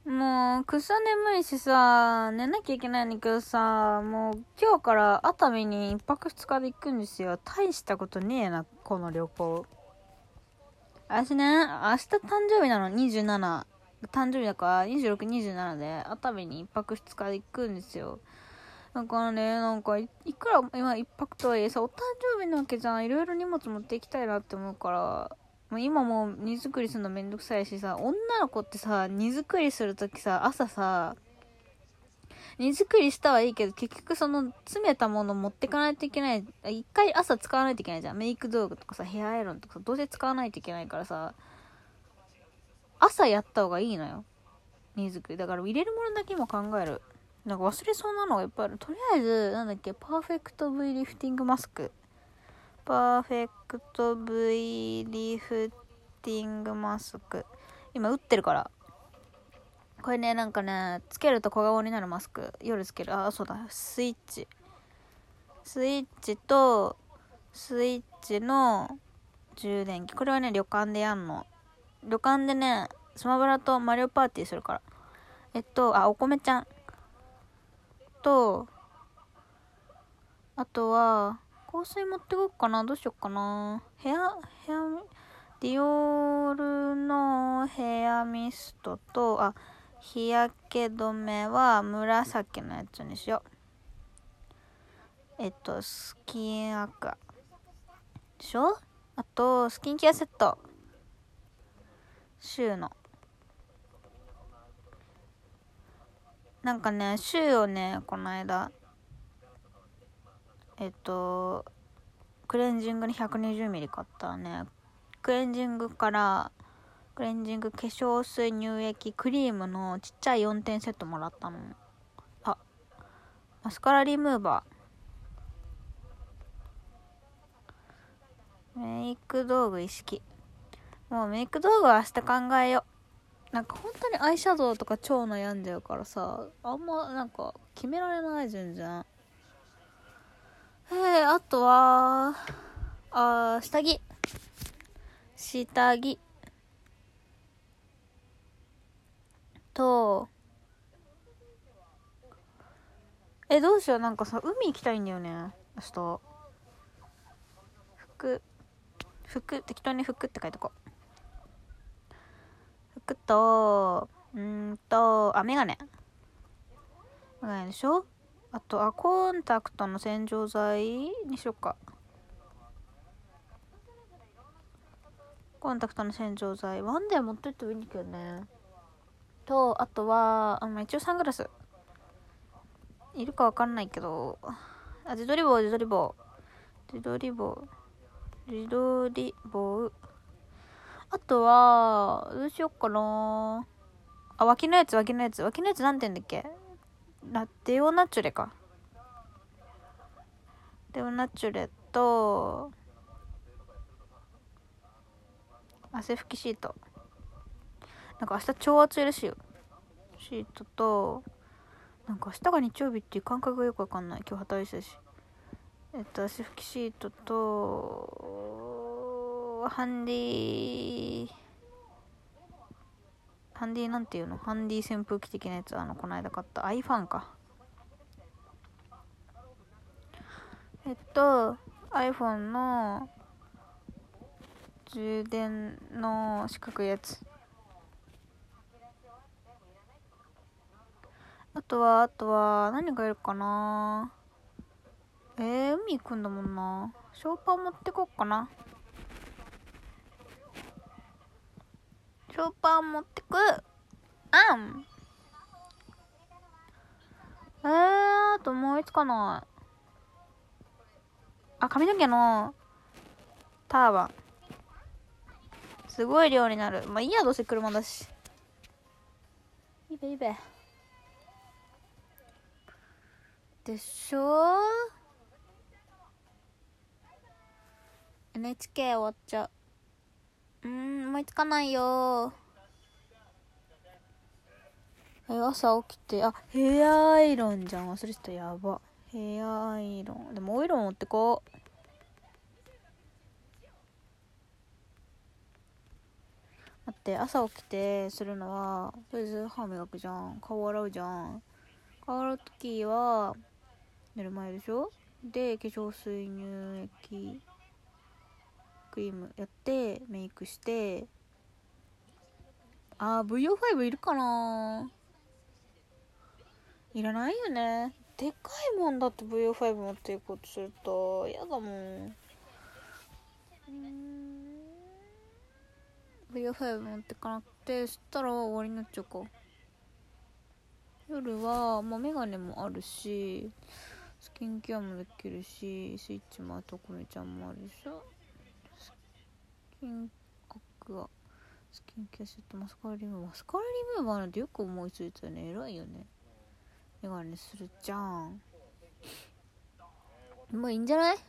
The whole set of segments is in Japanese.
もう、くっそ眠いしさ、寝なきゃいけないんだけどさ、もう今日から熱海に一泊二日で行くんですよ。大したことねえな、この旅行。私ね、明日誕生日なの、27。誕生日だから26、27で熱海に一泊二日で行くんですよ。だからね、なんかいくら今一泊とはいえさ、お誕生日なわけじゃん。いろいろ荷物持っていきたいなって思うから、今もう荷造りするのめんどくさいしさ、女の子ってさ、荷造りするときさ、朝さ、荷造りしたはいいけど、結局その詰めたもの持ってかないといけない。一回朝使わないといけないじゃん。メイク道具とかさ、ヘアアイロンとかさ、どうせ使わないといけないからさ、朝やった方がいいのよ。荷造り。だから入れるものだけも考える。なんか忘れそうなのがいっぱいある。とりあえず、なんだっけ、パーフェクト V リフティングマスク。パーフェクト V リフティングマスク。今打ってるから。これね、なんかね、つけると小顔になるマスク。夜つける。あ、そうだ。スイッチと、スイッチの充電器。これはね、旅館でやんの。旅館でね、スマブラとマリオパーティーするから。お米ちゃん。と、あとは、香水持ってこっかな。どうしよっかな。ディオールのヘアミストと、日焼け止めは紫のやつにしよう。スキンアクア。でしょ。あと、スキンケアセット。シューの。なんかね、シューをね、この間、クレンジングに 120ml 買ったらね、クレンジング化粧水乳液クリームのちっちゃい4点セットもらったの。マスカラリムーバー、メイク道具一式。もうメイク道具は明日考えよう。なんか本当にアイシャドウとか超悩んじゃうからさ、あんまなんか決められない全然。あとは下着と、どうしよう。なんかさ、海行きたいんだよね明日。適当に服って書いとこう。服とメガネでしょ。あとコンタクトの洗浄剤にしよっか。コンタクトの洗浄剤ワンデー持ってってもいいんだけどね。と、あとは一応サングラスいるかわかんないけど、自撮り棒あとはどうしよっかな。脇のやつなんて言うんだっけ。デオナチュレか。デオナチュレと汗拭きシート。なんか明日超暑いらしいよ。シートと、なんか明日が日曜日っていう感覚がよくわかんない。今日働いてたし。汗拭きシートと、ハンディなんていうの、ハンディ扇風機的なやつ。この間買ったアイファンか。iPhone の充電の四角いやつ。あとは何がいるかな。海行くんだもんな。ショーパン持ってこっかな。ショーパン持ってく。あと思いつかない。髪の毛のターバン。すごい量になる。まあいいや、どうせ車だし。いいべ。でしょ。 NHK 終わっちゃう。思いつかないよ。朝起きて、ヘアアイロンじゃん。忘れてた。やば。ヘアアイロン。でもオイル持ってこう。 だって朝起きてするのはとりあえず歯磨くじゃん、顔洗うじゃん。顔洗う時は寝る前でしょ。で化粧水、乳液、クリームやってメイクして、VO5 いるかな。いらないよね。でかいもんだって VO5 持っていこうとすると嫌だもん。VO5 持ってかなくて、そしたら終わりになっちゃうか。夜はメガネもあるし、スキンケアもできるし、スイッチもあとこめちゃんもあるでしょ。スキンアクア、スキンケアセット、マスカラリムーバー。マスカラリムーバーなんてよく思いついたよね。偉いよね。メガネするじゃん。もういいんじゃない？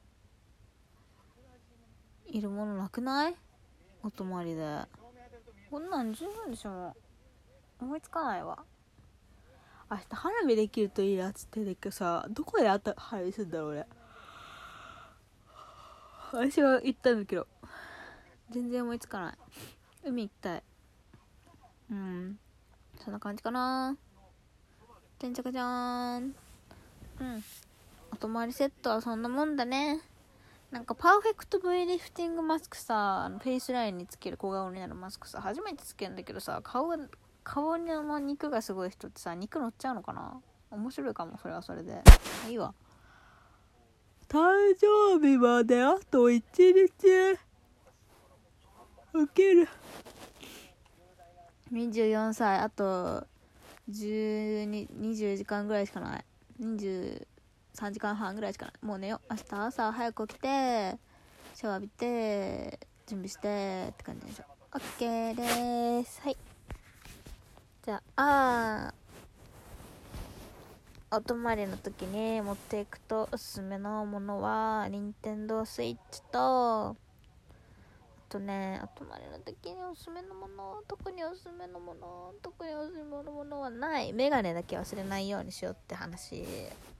いるものなくない？お泊まりでこんなん十分でしょ。思いつかないわ。明日花火できるといいなっつってんだけどさ、どこで花火するんだろう俺。私は行ったんだけど全然思いつかない。海行きたい。そんな感じかな。てんちゃかじゃーん。お泊まりセットはそんなもんだね。なんかパーフェクト V リフティングマスクさ、フェイスラインにつける小顔になるマスクさ、初めてつけるんだけどさ、顔の肉がすごい人ってさ、肉乗っちゃうのかな。面白いかも、それはそれで。いいわ。誕生日まであと1日。ウケる。24歳、あと20時間ぐらいしかない。23時間半ぐらいしかない。もう寝よう。明日朝早く起きてシャワー浴びて準備してって感じでしょ。 OK でーす。はい、じゃあお泊まりの時に持っていくとおすすめのものは任天堂スイッチと、お泊まりの時におすすめのもの、特におすすめのものはない。メガネだけ忘れないようにしようって話。